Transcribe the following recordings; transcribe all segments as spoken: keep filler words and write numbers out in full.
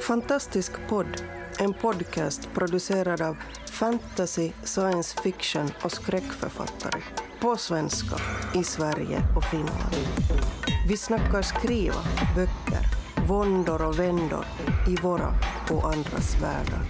Fantastisk podd, en podcast producerad av fantasy, science fiction och skräckförfattare. På svenska, i Sverige och Finland. Vi snackar skriva, böcker, våndor och vändor i våra och andras världar.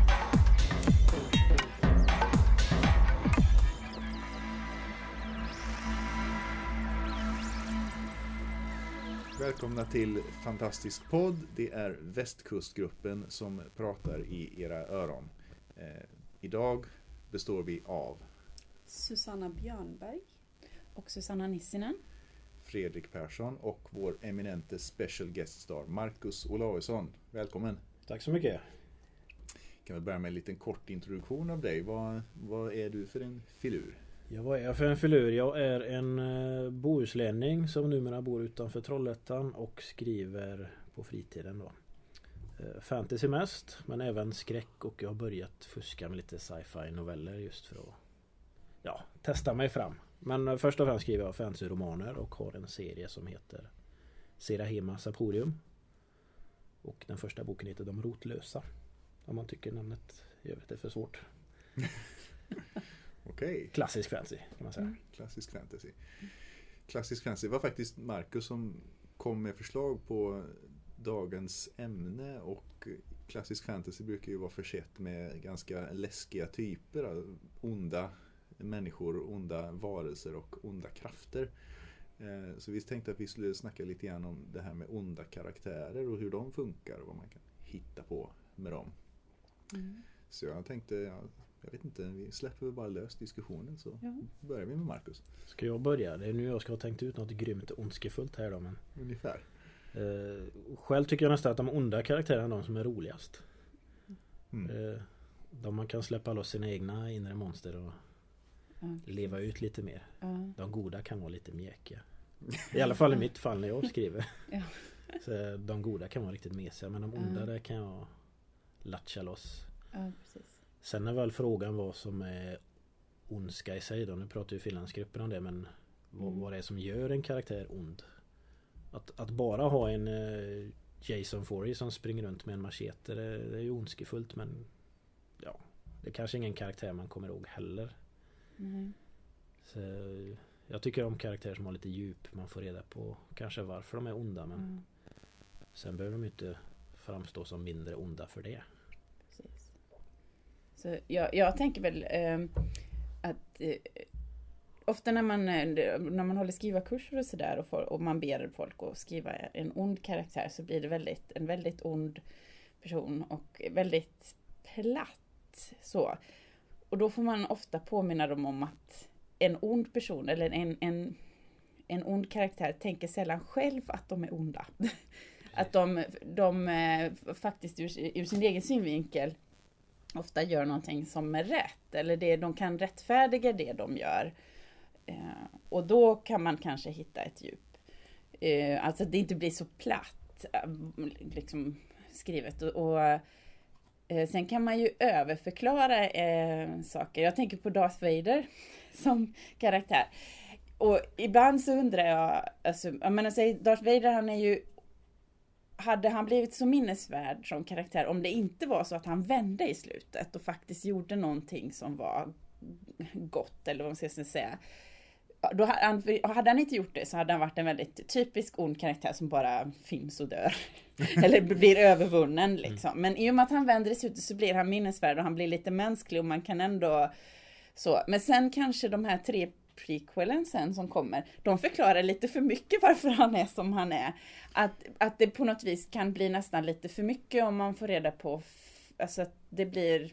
Välkomna till Fantastisk podd. Det är Västkustgruppen som pratar i era öron. Eh, idag består vi av Susanna Björnberg och Susanna Nissinen, Fredrik Persson och vår eminente special guest star Marcus Olausson. Välkommen. Tack så mycket. Kan vi börja med en liten kort introduktion av dig. Vad, vad är du för en filur? Ja, vad är jag för en filur? Jag är en eh, bohuslänning som numera bor utanför Trollhättan och skriver på fritiden då. Eh, fantasy mest, men även skräck, och jag har börjat fuska med lite sci-fi noveller just för att ja, testa mig fram. Men eh, först och främst skriver jag fantasy-romaner och har en serie som heter Serahema Saporium. Och den första boken heter De rotlösa. Om man tycker namnet i övrigt är för svårt. Okej. Klassisk fantasy kan man säga. Mm. Klassisk fantasy. Klassisk fantasy var faktiskt Marcus som kom med förslag på dagens ämne, och klassisk fantasy brukar ju vara försett med ganska läskiga typer, onda människor, onda varelser och onda krafter. Så vi tänkte att vi skulle snacka lite grann om det här med onda karaktärer och hur de funkar och vad man kan hitta på med dem. Mm. Så jag tänkte, ja, jag vet inte, vi släpper väl bara lös diskussionen, så ja. Börjar vi med Marcus. Ska jag börja? Det är nu jag ska ha tänkt ut något grymt och ondskefullt här då, men ungefär. Eh, själv tycker jag nästan att de onda karaktärerna är de som är roligast. Mm. Eh, de man kan släppa loss sina egna inre monster och mm. leva ut lite mer. Mm. De goda kan vara lite mjäkiga. I alla fall i mitt fall när jag skriver. Ja. Så de goda kan vara riktigt mesiga, men de onda mm. där kan jag latcha loss. Ja, precis. Sen är väl frågan vad som är ondska i sig då. Nu pratar ju finlandsgruppen om det, men vad, mm. vad det är som gör en karaktär ond. Att, att bara ha en uh, Jason Voorhees som springer runt med en machete, det, det är ju ondskefullt, men ja, det är kanske ingen karaktär man kommer ihåg heller. Mm. Så jag tycker om karaktärer som har lite djup, man får reda på kanske varför de är onda, men mm. sen behöver de inte framstå som mindre onda för det. Precis. Så jag, jag tänker väl eh, att eh, ofta när man, när man håller skrivarkurser och sådär och, får, och man ber folk att skriva en ond karaktär, så blir det väldigt, en väldigt ond person och väldigt platt så. Och då får man ofta påminna dem om att en ond person eller en, en, en ond karaktär tänker sällan själv att de är onda. Att de, de faktiskt ur, ur sin egen synvinkel ofta gör någonting som är rätt. Eller det, de kan rättfärdiga det de gör. Eh, och då kan man kanske hitta ett djup. Eh, alltså det inte blir så platt liksom, skrivet. Och, och eh, sen kan man ju överförklara eh, saker. Jag tänker på Darth Vader som karaktär. Och ibland så undrar jag, alltså, jag menar, säg, Darth Vader, han är ju, hade han blivit så minnesvärd som karaktär om det inte var så att han vände i slutet och faktiskt gjorde någonting som var gott, eller vad man ska säga. Då hade, han, hade han inte gjort det så hade han varit en väldigt typisk ond karaktär som bara finns och dör. Eller blir övervunnen liksom. Men i och med att han vänder i slutet så blir han minnesvärd och han blir lite mänsklig och man kan ändå så. Men sen kanske de här tre prequelen sen som kommer, de förklarar lite för mycket varför han är som han är. Att, att det på något vis kan bli nästan lite för mycket om man får reda på, alltså att det blir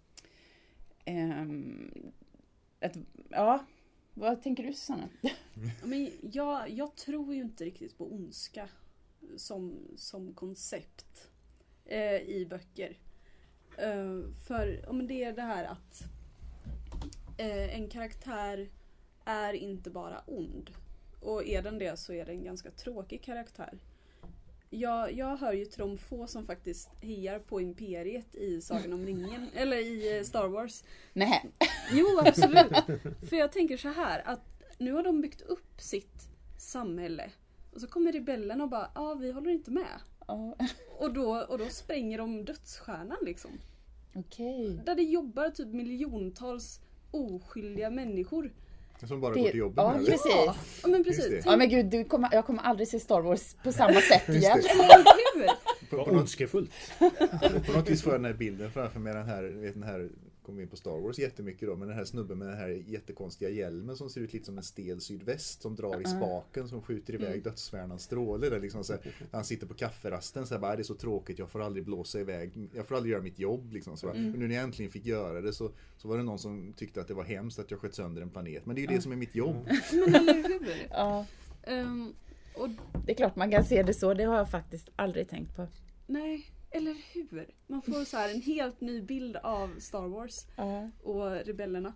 um, ett, ja, vad tänker du, Susanna? Men jag, jag tror ju inte riktigt på ondska som, som koncept eh, i böcker. Eh, för ja, men det är det här att eh, en karaktär är inte bara ond. Och är den det så är det en ganska tråkig karaktär. Jag, jag hör ju till de få som faktiskt hejar på imperiet i Sagan om ringen. Eller i Star Wars. Nej. Jo, absolut. För jag tänker så här, att nu har de byggt upp sitt samhälle. Och så kommer rebellen och bara, ja, vi håller inte med. Ja. Och då, och då spränger de dödsstjärnan liksom. Okej. Där det jobbar typ miljontals oskyldiga människor. Som bara Det- går till jobbet ja, med precis. Ja, ja men Just precis. det. Ja men gud, du kommer, jag kommer aldrig se Star Wars på samma sätt Just igen. det. Eller hur? På, Vad på, något, ondskefullt. på något vis får jag den här bilden framför mig, den här, vet, den här kommer vi in på Star Wars jättemycket då, men den här snubben med den här jättekonstiga hjälmen som ser ut lite som en stel sydväst som drar i spaken som skjuter iväg Mm. dödsstjärnans stråle där liksom så här, han sitter på kafferasten så här, bara, det är så tråkigt, jag får aldrig blåsa iväg, jag får aldrig göra mitt jobb liksom så. Mm. Och nu när jag äntligen fick göra det så, så var det någon som tyckte att det var hemskt att jag sköt sönder en planet, men det är ju det som är mitt jobb. Men eller hur? Ja, Ehm, och det är klart man kan se det så, det har jag faktiskt aldrig tänkt på. nej, eller hur? Man får så här en helt ny bild av Star Wars Ja. och rebellerna.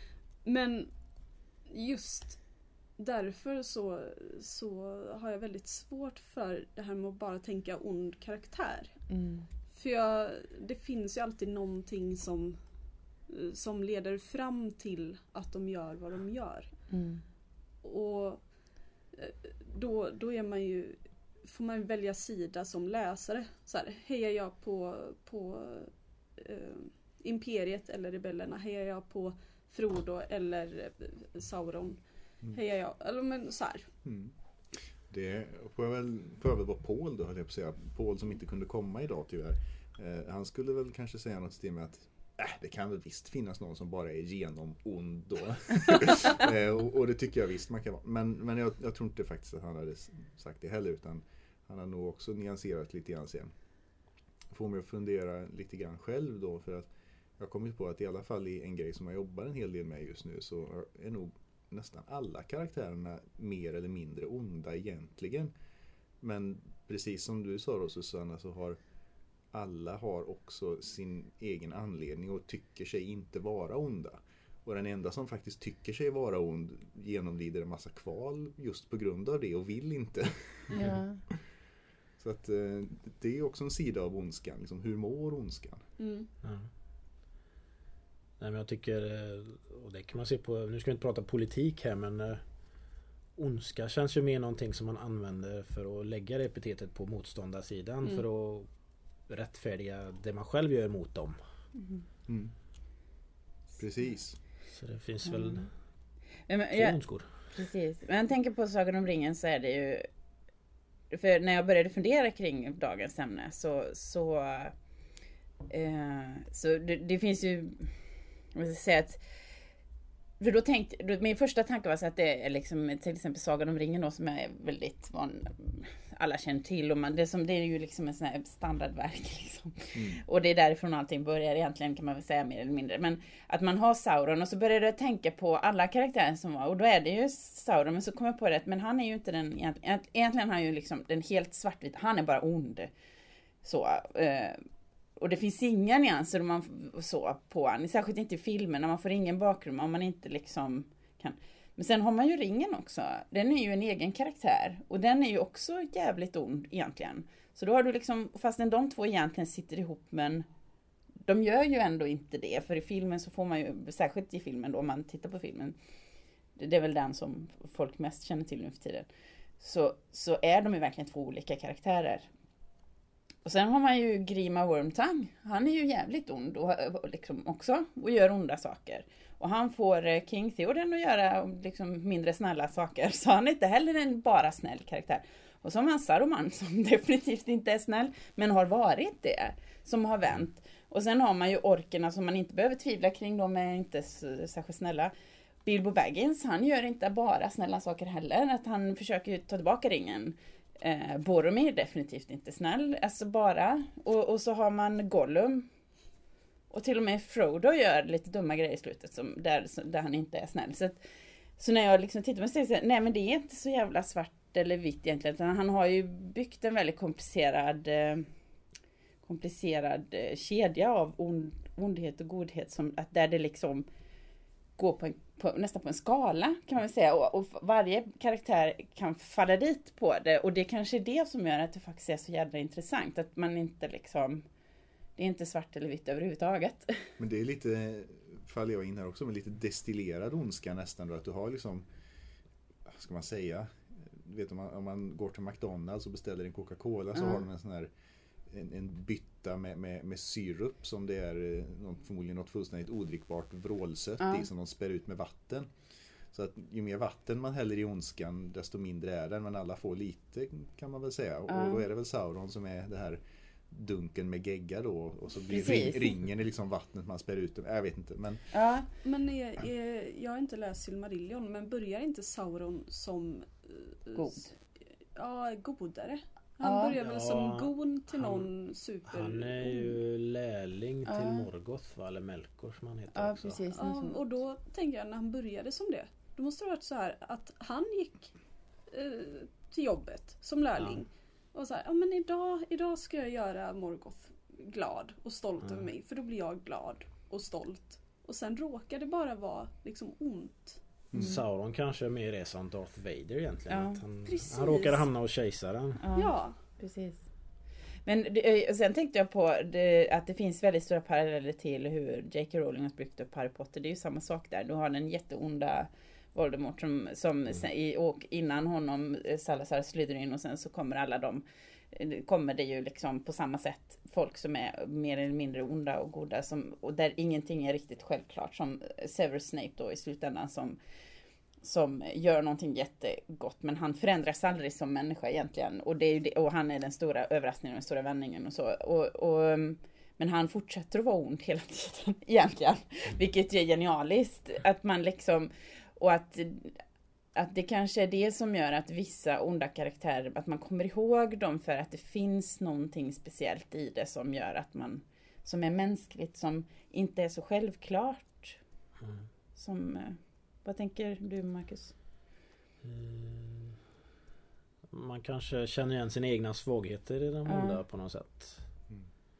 Men just därför så, så har jag väldigt svårt för det här med att bara tänka ond karaktär. Mm. För jag, det finns ju alltid någonting som, som leder fram till att de gör vad de gör. Mm. Och eh, då, då är man ju, får man välja sida som läsare. Så här, hejar jag på, på eh, Imperiet eller rebellerna? Hejar jag på Frodo eller eh, Sauron? Mm. Hejar jag, eller men så här. Mm. Det får jag väl, får jag väl vara Paul då, höll jag på att säga. Paul som inte kunde komma idag tyvärr. Eh, han skulle väl kanske säga något till med att äh, det kan väl visst finnas någon som bara är genom ond då. eh, och, och det tycker jag visst man kan vara. Men, men jag, jag tror inte faktiskt att han hade sagt det heller, utan han har nog också nyanserat lite grann sen. Får mig att fundera lite grann själv då, för att jag har kommit på att i alla fall i en grej som jag jobbar en hel del med just nu så är nog nästan alla karaktärerna mer eller mindre onda egentligen. Men precis som du sa då Susanna, så har alla har också sin egen anledning och tycker sig inte vara onda. Och den enda som faktiskt tycker sig vara ond genomlider en massa kval just på grund av det och vill inte. Ja. Så att eh, det är också en sida av ondskan. Liksom, hur mår ondskan? Mm. Ja. Nej, men jag tycker, och det kan man se på, nu ska vi inte prata politik här, men uh, ondska känns ju mer någonting som man använder för att lägga det epitetet på motståndarsidan Mm. för att rättfärdiga det man själv gör mot dem. Mm. Precis. Så det finns väl Mm. Men, men, två jag, ondskor. precis. Men jag tänker på Sagan om ringen så är det ju, för när jag började fundera kring dagens ämne så så, eh, så det, det finns ju, jag vill säga att, för då tänkte, då, min första tanke var så att det är liksom till exempel Sagan om ringen då, som är väldigt van, alla känner till, och man, det, som, det är ju liksom en sån här standardverk liksom. Mm. Och det är därifrån allting börjar egentligen, kan man väl säga, mer eller mindre. Men att man har Sauron, och så började jag tänka på alla karaktärer som var, och då är det ju Sauron, men så kom jag på det, men han är ju inte den, egentligen, egentligen har han ju liksom den helt svartvita, han är bara ond. Så, eh, och det finns inga nyanser om man så på han, särskilt inte i filmerna, man får ingen bakgrund om man inte liksom kan. Men sen har man ju ringen också, den är ju en egen karaktär, och den är ju också jävligt ond egentligen. Så då har du liksom, fastän de två egentligen sitter ihop, men de gör ju ändå inte det, för i filmen så får man ju, särskilt i filmen då, om man tittar på filmen, det är väl den som folk mest känner till nu för tiden, så, så är de ju verkligen två olika karaktärer. Och sen har man ju Grima Wormtongue. Han är ju jävligt ond och, liksom också, och gör onda saker. Och han får King Theoden att göra liksom mindre snälla saker. Så han är inte heller en bara snäll karaktär. Och så har man Saruman som definitivt inte är snäll, men har varit det. Som har vänt. Och sen har man ju orkerna som man inte behöver tvivla kring. De är inte särskilt snälla. Bilbo Baggins, han gör inte bara snälla saker heller. Att han försöker ta tillbaka ringen. Eh, Boromir är definitivt inte snäll, alltså bara, och, och så har man Gollum, och till och med Frodo gör lite dumma grejer i slutet som, där, där han inte är snäll, så, att, så när jag liksom tittar på det så nej, men det är inte så jävla svart eller vitt egentligen, utan han har ju byggt en väldigt komplicerad eh, komplicerad eh, kedja av ond, ondhet och godhet, som, att där det liksom går på, en, på nästan på en skala, kan man väl säga, och, och varje karaktär kan falla dit på det, och det kanske är det som gör att det faktiskt är så jävla intressant, att man inte liksom, det är inte svart eller vitt överhuvudtaget. Men det är lite, faller jag in här också, med lite destillerad ondska nästan då, att du har liksom, vad ska man säga, vet om man, om man går till McDonalds och beställer en Coca-Cola så Mm. har de en sån här en, en bytta med, med, med syrup som det är eh, något, förmodligen något fullständigt odrickbart vrålsött Ja. i som de spär ut med vatten. Så att ju mer vatten man häller i ondskan desto mindre är den, men alla får lite kan man väl säga. Och, Ja. och då är det väl Sauron som är det här dunken med gegga då och så blir ring, Precis. ringen är liksom vattnet man spär ut. Jag vet inte, men Ja, Men är, är, jag har inte läst Silmarillion, men börjar inte Sauron som eh, God. Ja, godare? Han Ja. börjar väl Ja, som gon till han- någon super... Han är ju lärling till Ja. Morgoth, va? Eller Melkor som han heter ja också. precis. Ja, och då tänker jag när han började som det. Då måste det ha varit så här att han gick eh, till jobbet som lärling. Och så här, ja men idag, idag ska jag göra Morgoth glad och stolt Mm. över mig. För då blir jag glad och stolt. Och sen råkar det bara vara liksom ont. Mm. Sauron kanske mer är som Darth Vader egentligen. Ja, att han, precis. han råkade hamna hos kejsaren. Ja, Ja. precis. Men det, och sen tänkte jag på det, att det finns väldigt stora paralleller till hur J K Rowling har byggt upp Harry Potter. Det är ju samma sak där. Du har den jätteonda Voldemort som, som Mm. sen, i, och innan honom eh, Salazar Slytherin och sen så kommer alla de eh, kommer det ju liksom på samma sätt folk som är mer eller mindre onda och goda som, och där ingenting är riktigt självklart, som Severus Snape då i slutändan som som gör någonting jättegott, men han förändras aldrig som människa egentligen, och det är ju det, och han är den stora överraskningen, den stora vändningen och så, och, och men han fortsätter att vara ond hela tiden egentligen, vilket är genialiskt att man liksom, och att att det kanske är det som gör att vissa onda karaktärer, att man kommer ihåg dem för att det finns någonting speciellt i det som gör att man, som är mänskligt, som inte är så självklart. Mm. Som, eh, vad tänker du, Marcus? Mm. Man kanske känner igen sina egna svagheter i de Ja. onda på något sätt. Mm.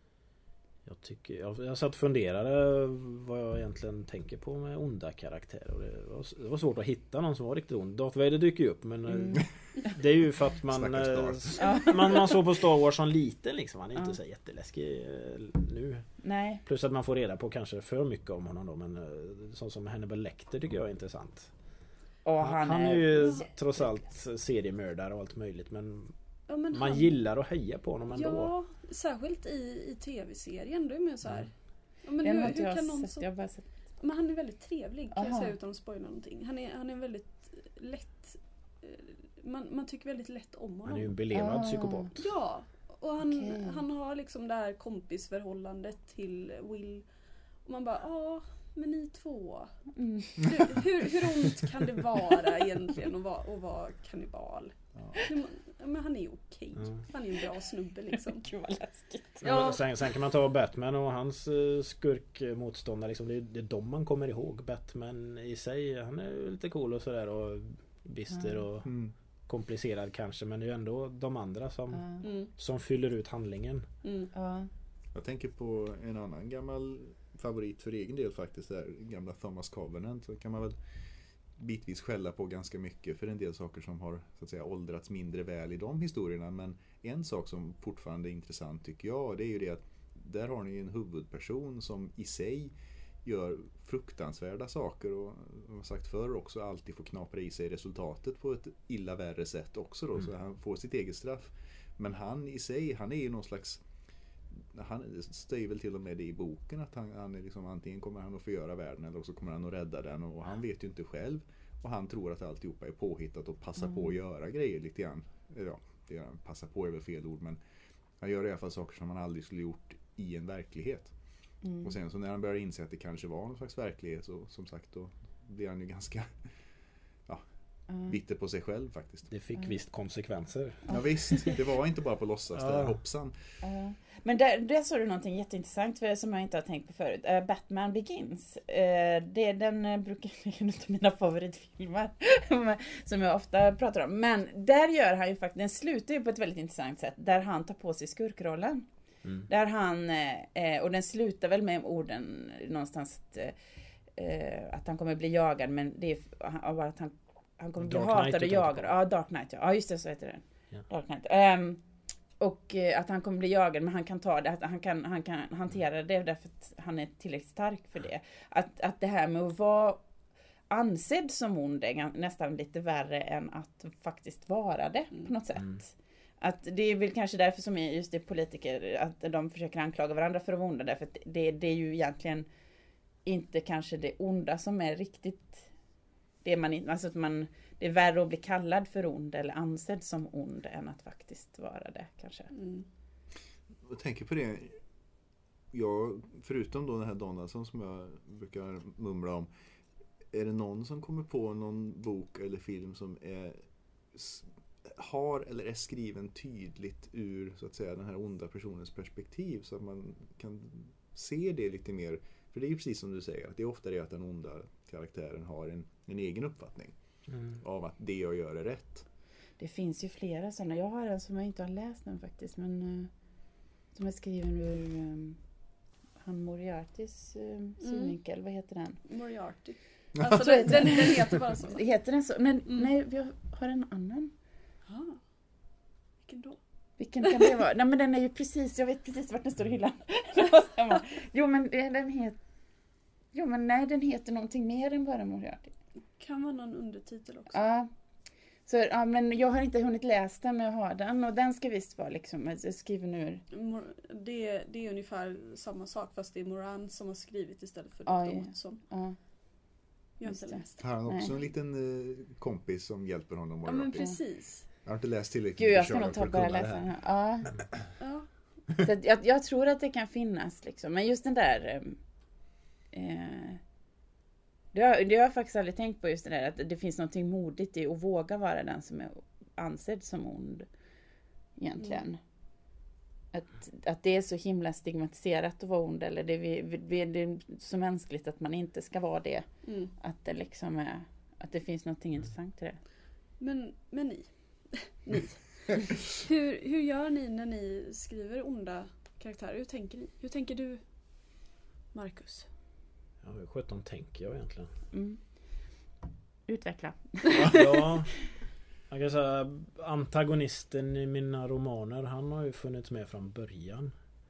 Jag tycker, jag, jag satt och funderade vad jag egentligen tänker på med onda karaktärer. Och det, var, det var svårt att hitta någon som var riktigt ond. Darth Vader dyker ju upp, men eh, Mm. det är ju för att man, Stackars eh, Darth. Ja. man man såg på Star Wars som liten liksom. Han är inte Ja. så jätteläskig eh, nu. Nej. Plus att man får reda på kanske för mycket om honom då, men eh, sånt som Hannibal Lecter tycker jag är intressant. Och Han, han är ju trots allt seriemördare och allt möjligt, men Ja, men man han, gillar att heja på honom ändå. Ja, särskilt i, i tv-serien. Då är man så här. Mm. Ja, men Den har hur, inte hur jag kan någon sett, som... jag har bara sett. Men han är väldigt trevlig kan jag Aha. säga utan att spoila någonting. Han är, han är väldigt lätt... eh, Man, man tycker väldigt lätt om honom. Han är ju en belevad Ah. psykopat. Ja, och han, Okej. han har liksom det här kompisförhållandet till Will. Och man bara, ja, men ni två. Mm. Hur, hur, hur ont kan det vara egentligen att vara, att vara kannibal? Ja. Hur- Men han är ju okej. Mm. Han är ju en bra snubbe liksom. Gud vad läskigt. Ja. Sen, sen kan man ta Batman och hans eh, skurkmotståndare. Liksom, det, är, det är de man kommer ihåg. Batman i sig, han är ju lite cool och sådär. Och bister och Mm. komplicerad kanske. Men det är ju ändå de andra som, Ja. Mm, som fyller ut handlingen. mm. Ja. Jag tänker på en annan gammal favorit för egen del faktiskt, där gamla Thomas Covenant. Så kan man väl bitvis skälla på ganska mycket för en del saker som har så att säga åldrats mindre väl i de historierna, men en sak som fortfarande är intressant tycker jag, det är ju det att där har ni en huvudperson som i sig gör fruktansvärda saker och som jag sagt förr också alltid får knapra i sig resultatet på ett illa värre sätt också då, Mm. så han får sitt eget straff. Men han i sig, han är ju någon slags, han säger väl till och med det i boken att han, han är liksom, antingen kommer han att förgöra världen eller så kommer han att rädda den, och han vet ju inte själv, och han tror att alltihopa är påhittat och passar Mm. på att göra grejer lite grann. Ja, det gör han, passa på är väl fel ord, men han gör i alla fall saker som han aldrig skulle gjort i en verklighet. Mm. Och sen så när han börjar inse att det kanske var någon slags verklighet, så som sagt då blir han ju ganska Ja. bitter på sig själv faktiskt. Det fick Mm. visst konsekvenser. Ja visst, det var inte bara på låtsas det där Ja. hoppsan. Ja. Men där, där såg du någonting jätteintressant för som jag inte har tänkt på förut. Uh, Batman Begins. Uh, det, den uh, brukar vara en av mina favoritfilmer. Som jag ofta pratar om. Men där gör han ju faktiskt, den slutar ju på ett väldigt intressant sätt. Där han tar på sig skurkrollen. Mm. Där han, uh, och den slutar väl med orden någonstans att, uh, att han kommer bli jagad. Men det är av att han, han kommer bli Dark Knight hatad och du tänker jagad. på. Ja, Dark Knight. Ja, ja just det, så heter den. Ja. Dark Knight. Ehm, och eh, att han kommer bli jagad, men han kan ta det, att han kan, han kan hantera det därför att han är tillräckligt stark för det. Att, att det här med att vara ansedd som ond är nästan lite värre än att faktiskt vara det på något sätt. Mm. Att det är väl kanske därför som är just det politiker, att de försöker anklaga varandra för att vara onda, därför att det, det är ju egentligen inte kanske det onda som är riktigt det man, alltså att man, det är värre att bli kallad för ond eller ansedd som ond än att faktiskt vara det kanske. Mm. Jag tänker på det, jag, förutom då den här Donaldson som jag brukar mumla om, är det någon som kommer på någon bok eller film som är, har eller är skriven tydligt ur så att säga den här onda personens perspektiv, så att man kan se det lite mer? För det är ju precis som du säger, att det är ofta det att den onda karaktären har en, en egen uppfattning mm. av att det jag gör är rätt. Det finns ju flera sådana. Jag har en som jag inte har läst den faktiskt, men uh, som är skriven ur um, han Moriartys uh, synvinkel. Mm. Vad heter den? Moriarty. Alltså den, den, den heter bara så. Heter den så? Men mm. nej, vi har en annan. Ah. Vilken då? Vilken kan det vara? Nej, men den är ju precis, jag vet precis vart den står i hyllan. Jo, men den heter Jo, men nej, den heter någonting mer än bara Moriarty. Kan vara någon undertitel också. Ja. Så ja, men jag har inte hunnit läsa den, men jag har den, och den ska visst vara liksom, jag skriver nu. Det, det är ungefär samma sak, fast det är Moran som har skrivit istället för ja, doktor ja. Watson. Ja. Jag har inte läst. Har han också nej. en liten uh, kompis som hjälper honom? Ja, men precis. Jag har inte läst tillräckligt. Gud, jag ska nog ta bara läsa den här. Ja. Ja. Så att jag, jag tror att det kan finnas liksom, men just den där eh, det, har, det har jag faktiskt aldrig tänkt på, just det där att det finns någonting modigt i att våga vara den som är ansedd som ond egentligen. Mm. Att, att det är så himla stigmatiserat att vara ond, eller det, vi, vi, det är så mänskligt att man inte ska vara det. Mm. Att det liksom är, att det finns någonting intressant i det. Men, men ni, ni. hur, hur gör ni när ni skriver onda karaktärer? Hur tänker ni? Hur tänker du, Marcus? Ja, hur sjutton tänker jag egentligen? Mm. Utveckla. Ja, jag kan säga antagonisten i mina romaner, han har ju funnits med från början.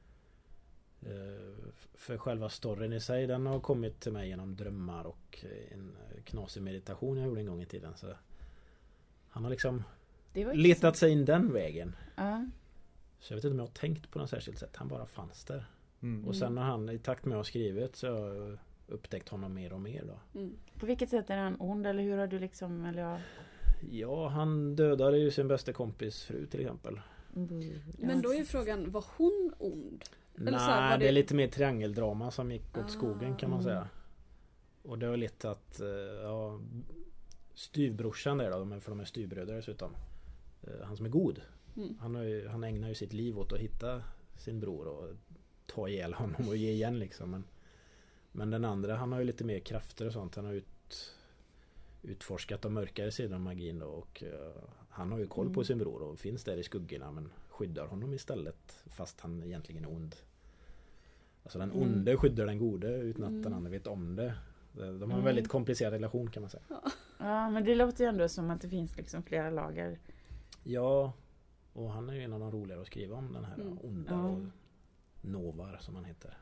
För själva storyn i sig, den har kommit till mig genom drömmar och en knasig meditation jag gjorde en gång i tiden. Så han har liksom letat sig in den vägen. Uh. Så jag vet inte om jag har tänkt på något särskilt sätt. Han bara fanns där. Mm. Och sen när han i takt med att ha skrivit så har jag upptäckt honom mer och mer då. Mm. På vilket sätt är han ond, eller hur har du liksom, eller ja? Ja, han dödade ju sin bästa kompis fru till exempel. Mm. Ja. Men då är ju frågan, var hon ond? Nej, det... det är lite mer triangeldrama som gick åt skogen ah. kan man säga. Och det var lite att ja, styvbrorsan där då, för de är styvbröder dessutom. Han som är god. Mm. Han, har ju, han ägnar ju sitt liv åt att hitta sin bror och ta ihjäl honom och ge igen liksom. Men, men den andra, han har ju lite mer krafter och sånt. Han har ut, utforskat de mörkare sidorna av magin då, och uh, han har ju koll på mm. sin bror och finns där i skuggorna, men skyddar honom istället fast han egentligen är ond. Alltså den onde mm. skyddar den gode utan att mm. den andra vet om det. De har en mm. väldigt komplicerad relation kan man säga. Ja. Ja, men det låter ju ändå som att det finns liksom flera lager. Ja, och han är ju en av de roligare att skriva om, den här mm. onda ja. och Novar som han heter.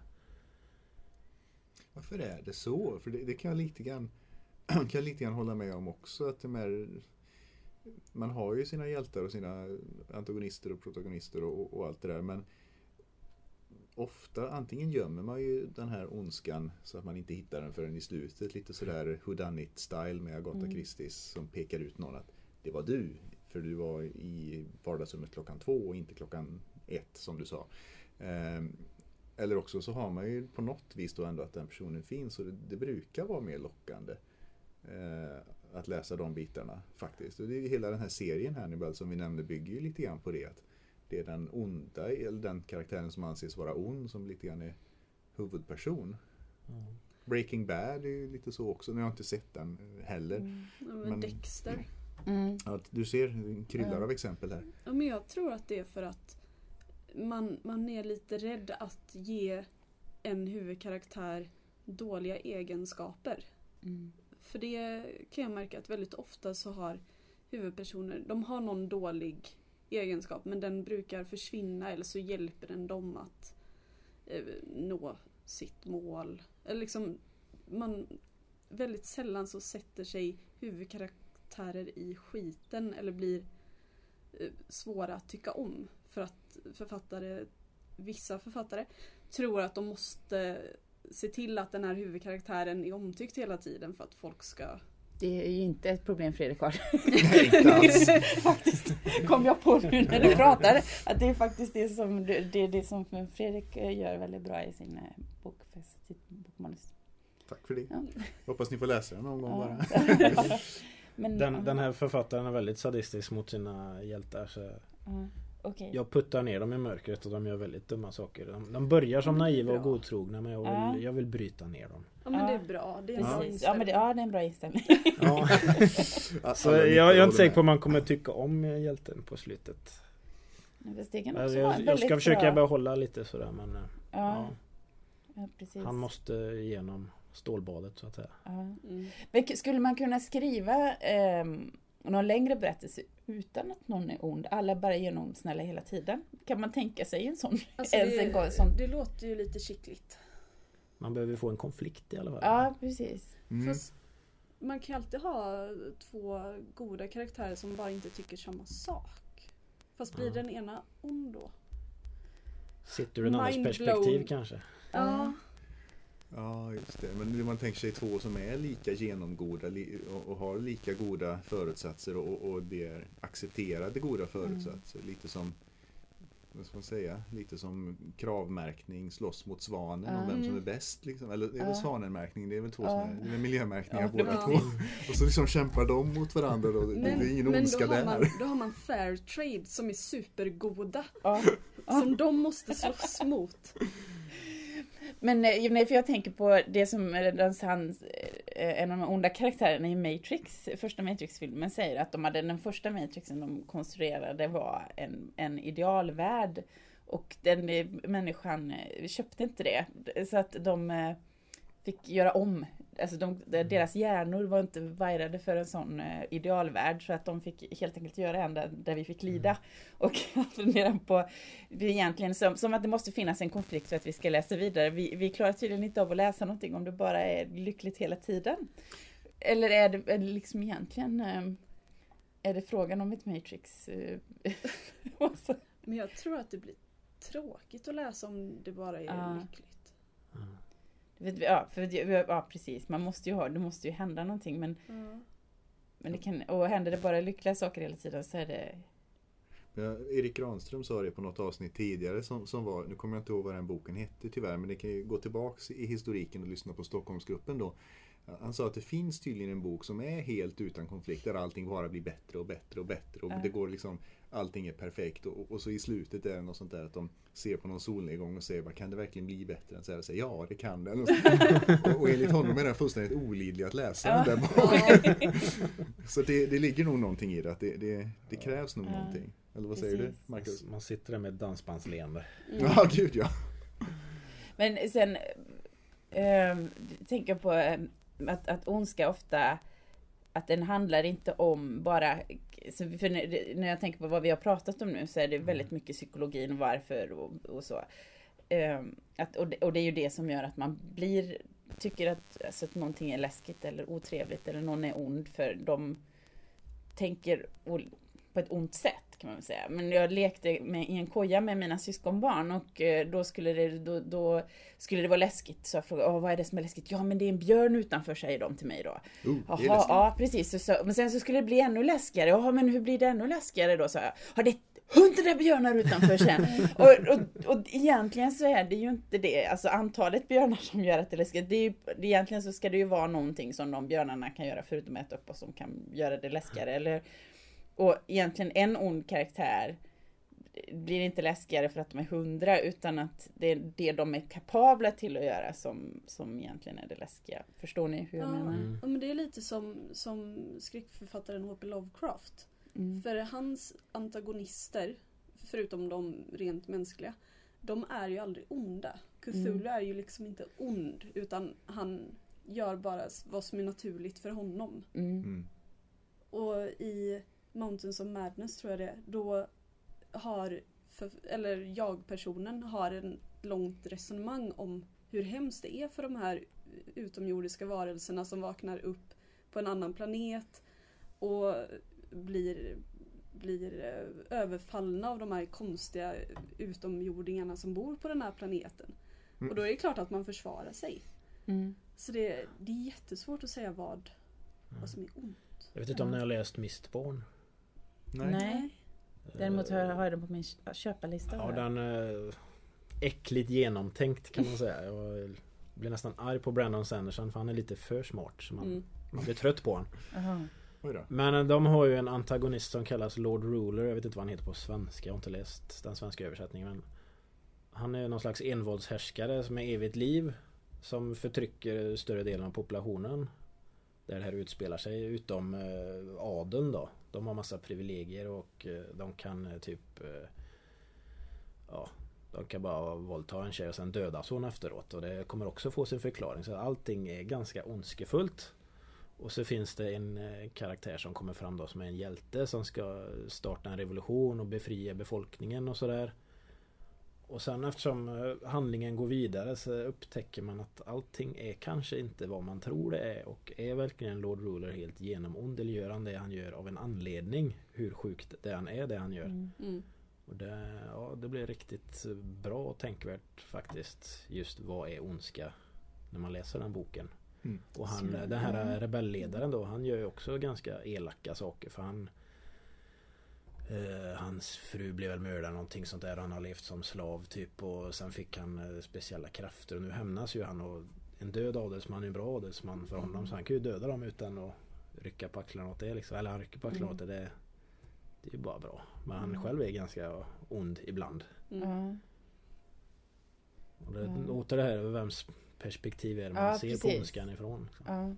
Varför är det så? För det, det kan jag lite grann kan jag lite grann hålla med om också, att de är, man har ju sina hjältar och sina antagonister och protagonister och, och allt det där, men ofta antingen gömmer man ju den här ondskan så att man inte hittar den förrän i slutet, lite sådär whodunit style med Agatha mm. Christies som pekar ut någon att det var du, för du var i vardagsrummet klockan två och inte klockan ett som du sa. Um, eller också så har man ju på något vis då ändå att den personen finns, och det, det brukar vara mer lockande uh, att läsa de bitarna faktiskt. Och det är hela den här serien Hannibal som vi nämnde bygger ju lite grann på det, att det är den onda, eller den karaktären som anses vara ond, som lite grann är huvudperson. Mm. Breaking Bad är ju lite så också, men jag har inte sett den heller. Mm. Ja, men, men Dexter. Mm. Ja, du ser kryllar mm. av exempel här. Ja, men jag tror att det är för att man, man är lite rädd att ge en huvudkaraktär dåliga egenskaper. Mm. För det kan jag märka att väldigt ofta så har huvudpersoner, de har någon dålig egenskap, men den brukar försvinna, eller så hjälper den dem att eh, nå sitt mål. Eller liksom, man, väldigt sällan så sätter sig huvudkaraktärer i skiten eller blir eh, svåra att tycka om. För att författare, vissa författare tror att de måste se till att den här huvudkaraktären är omtyckt hela tiden för att folk ska... Det är ju inte ett problem, Fredrik har. Nej, inte alls. Faktiskt kom jag på nu när du pratar att det är faktiskt det som, det är det som Fredrik gör väldigt bra i sin bok, för sitt bokmanus. Tack för det. Ja. Hoppas ni får läsa den någon gång Ja. bara. Men, Den, ja. den här författaren är väldigt sadistisk mot sina hjältar. Så Ja, okej. jag puttar ner dem i mörkret och de gör väldigt dumma saker. De, de börjar som Ja, det är naiva och bra. godtrogna, men jag vill, Ja. jag vill bryta ner dem. Ja men Ja. det är bra. Det är en bra Precis. Ja, inställning. men det, ja, det är en bra inställning. Ja. Alla Så jag, nickar jag är och inte säker på om håller man kommer tycka om hjälten på slutet. Men det kan också Alltså, vara jag, en jag ska väldigt försöka bra... behålla lite sådär, men eh, Ja, ja, ja, precis. han måste igenom stålbadet så att säga. Ja. Mm. Men k- skulle man kunna skriva eh, någon längre berättelse utan att någon är ond? Alla bara genom snälla hela tiden. Kan man tänka sig en sån? Alltså, ens en gång, sån... det, det låter ju lite kittligt. Man behöver få en konflikt i alla fall. Ja, precis. Mm. Fast man kan alltid ha två goda karaktärer som bara inte tycker samma sak. Fast blir Ja. den ena ond då? Sitter ur en annans Mind perspektiv blown. kanske. Ja. Ja, just det. Men man tänker sig två som är lika genomgoda li- och, och har lika goda förutsatser och, och det är accepterade goda förutsatser. Mm. Lite som, vad ska man säga, lite som kravmärkning slåss mot svanen om Mm. vem som är bäst. Liksom. Eller det är väl Ja. svanenmärkning, det är väl två Ja. som är, det är miljömärkningar Ja, båda precis. två. Och så liksom kämpar de mot varandra då. Det Men, är ingen men ondska då, har där. man, då har man fair trade som är supergoda. Ja. Som de måste slåss mot. Men eh, nej, för jag tänker på det som eh, den, han, eh, en av de onda karaktärerna i Matrix, första Matrix-filmen, säger att de hade den första Matrixen de konstruerade var en, en idealvärld och den eh, människan eh, köpte inte det. Så att de eh, fick göra om. Alltså de, deras hjärnor var inte wirade för en sån eh, idealvärld, så att de fick helt enkelt göra en där, där vi fick lida. Och jag funderar på, det är egentligen som, som att det måste finnas en konflikt för att vi ska läsa vidare. Vi, vi klarar tydligen inte av att läsa någonting om det bara är lyckligt hela tiden. Eller är det, är det liksom egentligen, eh, är det frågan om ett Matrix? Eh, Men jag tror att det blir tråkigt att läsa om det bara är Ja. lyckligt. Ja, för, ja, precis. Man måste ju ha, det måste ju hända någonting. Men, Ja. men det kan, och händer det bara lyckliga saker hela tiden så är det... Ja, Erik Granström sa det på något avsnitt tidigare som, som var, nu kommer jag inte ihåg vad den boken hette tyvärr, men det kan ju gå tillbaks i historiken och lyssna på Stockholmsgruppen då. Han sa att det finns tydligen en bok som är helt utan konflikt där allting bara blir bättre och bättre och bättre och Ja. det går liksom, allting är perfekt och, och så i slutet är det något sånt där att de ser på någon solnedgång och säger, vad kan det verkligen bli bättre än så här och säger, ja det kan det. och, och enligt honom är den fullständigt olidlig att läsa Ja. den där boken. Så det, det ligger nog någonting i det, att det, det, det krävs nog Ja. någonting. Eller vad säger du, Precis. Marcus? Man sitter där med ett dansbandsleende. Mm. Ja, gud ja. Men sen äh, tänker jag på äh, att, att ondska ofta, att den handlar inte om bara, så för när, när jag tänker på vad vi har pratat om nu så är det väldigt mycket psykologin och varför och, och så. Äh, att, och, det, och det är ju det som gör att man blir, tycker att, alltså, att någonting är läskigt eller otrevligt eller någon är ond, för de tänker på ett ont sätt kan man väl säga. Men jag lekte med, i en koja med mina syskonbarn och eh, då skulle det då, då skulle det vara läskigt, så jag frågade, Åh, vad är det som är läskigt? Ja, men det är en björn utanför, säger de till mig då. Oh, det är Jaha, läskigt. ja, precis. Så, så, men sen så skulle det bli ännu läskigare. Jaha, men hur blir det ännu läskigare då? Så jag, har det hundra björnar utanför sen? och, och, och egentligen så är det ju inte det. Alltså antalet björnar som gör att det är läskigt. Det är ju, egentligen så ska det ju vara någonting som de björnarna kan göra förutom att äta upp och som kan göra det läskigare. Eller, och egentligen en ond karaktär blir inte läskigare för att de är hundra, utan att det är det de är kapabla till att göra som, som egentligen är det läskiga. Förstår ni hur jag Ja. menar? Mm. Ja, men det är lite som, som skräckförfattaren H P Lovecraft. Mm. För hans antagonister, förutom de rent mänskliga, de är ju aldrig onda. Cthulhu Mm. är ju liksom inte ond, utan han gör bara vad som är naturligt för honom. Mm. Mm. Och i Mountains of Madness tror jag det, då har, för, eller jag-personen har en långt resonemang om hur hemskt det är för de här utomjordiska varelserna som vaknar upp på en annan planet och blir, blir överfallna av de här konstiga utomjordingarna som bor på den här planeten. Mm. Och då är det klart att man försvarar sig. Mm. Så det, det är jättesvårt att säga vad, mm. vad som är ont. Jag vet inte om ni har läst Mistborn. Nej. Nej. Däremot har jag, har jag den på min köparlista. Ja, den är äckligt genomtänkt kan man säga. Jag blir nästan arg på Brandon Sanderson för han är lite för smart. Så man, mm. man blir trött på honom. Men de har ju en antagonist som kallas Lord Ruler. Jag vet inte vad han heter på svenska. Jag har inte läst den svenska översättningen. Men han är någon slags envåldshärskare som är evigt liv. Som förtrycker större delen av populationen. Där det här utspelar sig. Utom eh, adeln då. De har massa privilegier och eh, de kan eh, typ eh, ja, de kan bara våldta en tjej och sen dödas hon efteråt. Och det kommer också få sin förklaring. Så allting är ganska ondskefullt. Och så finns det en eh, karaktär som kommer fram då som är en hjälte som ska starta en revolution och befria befolkningen och sådär. Och sen eftersom eh, handlingen går vidare så upptäcker man att allting är kanske inte vad man tror det är. Och är verkligen Lord Ruler helt genomond eller gör han det han gör av en anledning? Hur sjukt det han är det han gör. Mm. Mm. Och det, ja, det blir riktigt bra och tänkvärt faktiskt. Just vad är ondska när man läser den boken. Mm. Och han, den här rebellledaren då, han gör ju också ganska elaka saker för han eh, hans fru blev väl mördad någonting sånt där, han har levt som slav typ och sen fick han eh, speciella krafter och nu hämnas ju han och en död adelsman är en bra adelsman för honom så han kan ju döda dem utan att rycka på axlarna åt det liksom. Eller han rycker på axlarna åt det, det det är ju bara bra. Men han själv är ganska ond ibland. Mm. Och det mm. låter det här över vems perspektiv är det man ja, ser precis. På ondskan ifrån. Liksom. Ja.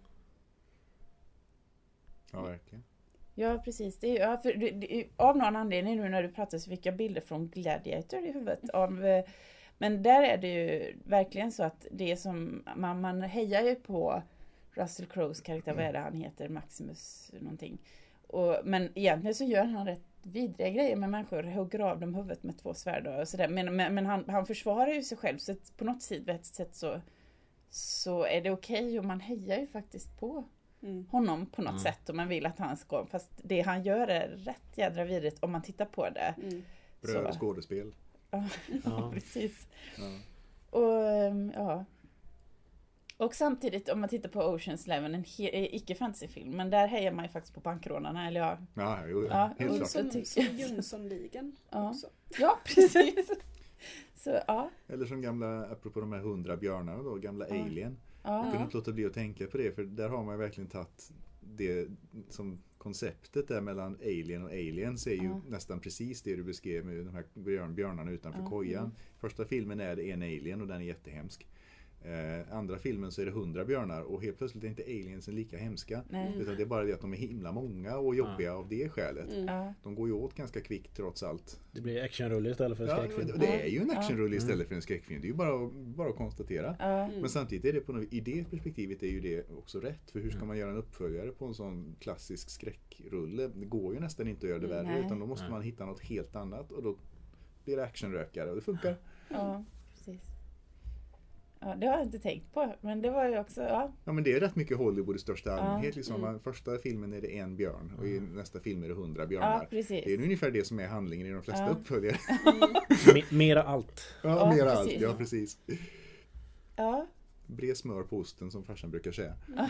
Ja, verkligen. Ja, precis. Det är, ja, för, det, det, av någon anledning nu när du pratar så fick jag bilder från Gladiator i huvudet. Av, men där är det ju verkligen så att det som man, man hejar ju på Russell Crowes karaktär, mm. vad är det han heter? Maximus någonting. Och, men egentligen så gör han rätt vidriga grejer med människor, hugger av dem huvudet med två svärd och sådär. Men, men, men han, han försvarar ju sig själv så att på något sätt så, så är det okej okay, och man hejar ju faktiskt på mm. honom på något mm. sätt och man vill att han ska, fast det han gör är rätt jädra vidrigt om man tittar på det. Mm. Bröd och skådespel. Ja, ja. precis. Ja. Och ja. Och samtidigt om man tittar på Ocean's Eleven, en he- icke-fantasyfilm, men där hejar man ju faktiskt på bankrånarna, eller ja. Ja, jo, ja helt klart. Som, som Jönssonligan ja. också. Ja, precis. Så, ja. Eller som gamla, apropå de här hundra björnarna då, gamla ja. Alien. Ja. Jag kunde inte låta bli att tänka på det, för där har man ju verkligen tagit det som konceptet där mellan Alien och Aliens är ju ja. nästan precis det du beskrev med de här björn, björnarna utanför ja. kojan. Första filmen är det en alien och den är jättehemsk. Eh, andra filmen så är det hundra björnar och helt plötsligt är inte aliensen lika hemska. Nej. Utan det är bara det att de är himla många och jobbiga ja. av det skälet. Mm. De går ju åt ganska kvickt trots allt. Det blir actionrulle istället för en skräckfilm. Ja, det är ju en actionrulle istället mm. för en skräckfilm. Det är ju bara, bara att konstatera. Mm. Men samtidigt är det på något, i det perspektivet är ju det också rätt. För hur ska man göra en uppföljare på en sån klassisk skräckrulle? Det går ju nästan inte att göra det värre. Nej. Utan då måste Nej. man hitta något helt annat och då blir det actionrökare och det funkar. Ja, precis. Ja, det har jag inte tänkt på, men det var ju också, ja. Ja, men det är rätt mycket Hollywood i största allmänhet. Ja, liksom. mm. Första filmen är det en björn och i nästa film är det hundra björnar. Ja, precis. Det är ungefär det som är handlingen i de flesta ja. uppföljare. M- mera allt. Ja, ja mera precis. allt, ja precis. Ja. Bre smör på osten som farsan brukar säga. Ja,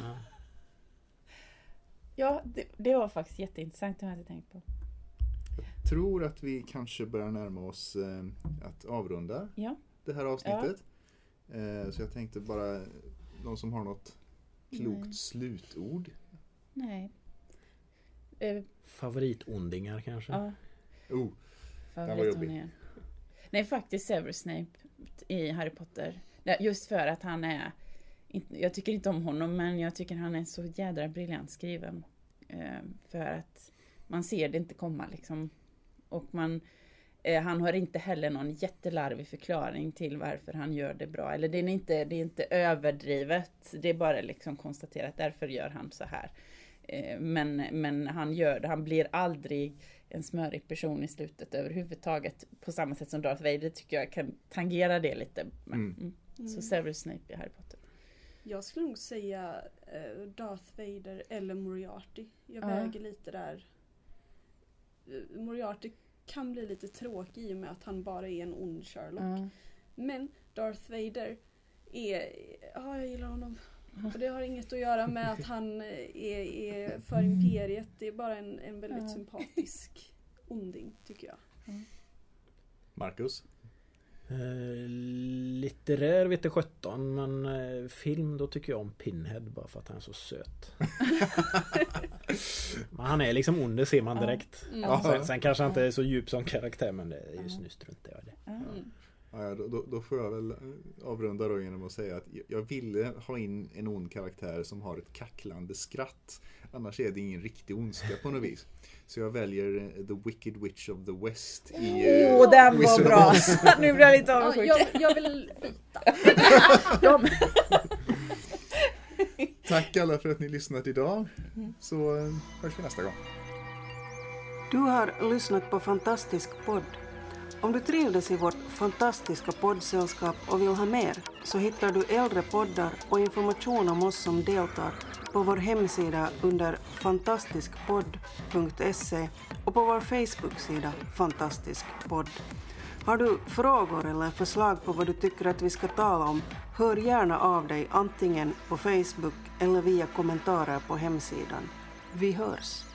ja det, det var faktiskt jätteintressant, det har jag inte tänkt på. Jag tror att vi kanske börjar närma oss eh, att avrunda ja. det här avsnittet. Ja. Så jag tänkte bara, någon som har något klokt Nej. slutord? Nej. Uh, Favoritondingar kanske? Ja. Oh, den var jobbig. Nej, faktiskt Severus Snape i Harry Potter. Just för att han är, jag tycker inte om honom, men jag tycker han är så jädra briljant skriven. För att man ser det inte komma liksom. Och man... Han har inte heller någon jättelarvig förklaring till varför han gör det bra. Eller det är inte, det är inte överdrivet. Det är bara liksom konstaterat. Därför gör han så här. Eh, men, men han gör det. Han blir aldrig en smörig person i slutet överhuvudtaget. På samma sätt som Darth Vader tycker jag kan tangera det lite. Men, mm. Mm. Så Severus Snape i Harry Potter. Jag skulle nog säga eh, Darth Vader eller Moriarty. Jag Ja. väger lite där. Eh, Moriarty kan bli lite tråkig i och med att han bara är en ond Sherlock. Ja. Men Darth Vader är... Ja, jag gillar honom. Och det har inget att göra med att han är, är för imperiet. Det är bara en, en väldigt Ja. sympatisk onding, tycker jag. Marcus? Eh, litterär vet jag sjutton, men eh, film då tycker jag om Pinhead bara för att han är så söt. Men han är liksom ond, det ser man direkt. Mm. Ja. Sen, sen kanske han inte är så djup som karaktär, men det är just nu strunt jag det. Mm. Ja, då, då, då får jag väl avrunda då genom att säga att jag ville ha in en ond karaktär som har ett kacklande skratt. Annars är det ingen riktig ondska på något vis. Så jag väljer The Wicked Witch of the West i Åh, oh, den var Wizard of bra! Oz. Nu blir jag lite Ja, avundsjuk. jag, jag vill byta. De... Tack alla för att ni lyssnat idag. Så eh, hörs vi nästa gång. Du har lyssnat på Fantastisk podd. Om du trivdes i vårt fantastiska poddsällskap och vill ha mer så hittar du äldre poddar och information om oss som deltar på vår hemsida under fantastiskpodd punkt se och på vår Facebook-sida Fantastisk podd. Har du frågor eller förslag på vad du tycker att vi ska tala om, hör gärna av dig antingen på Facebook eller via kommentarer på hemsidan. Vi hörs!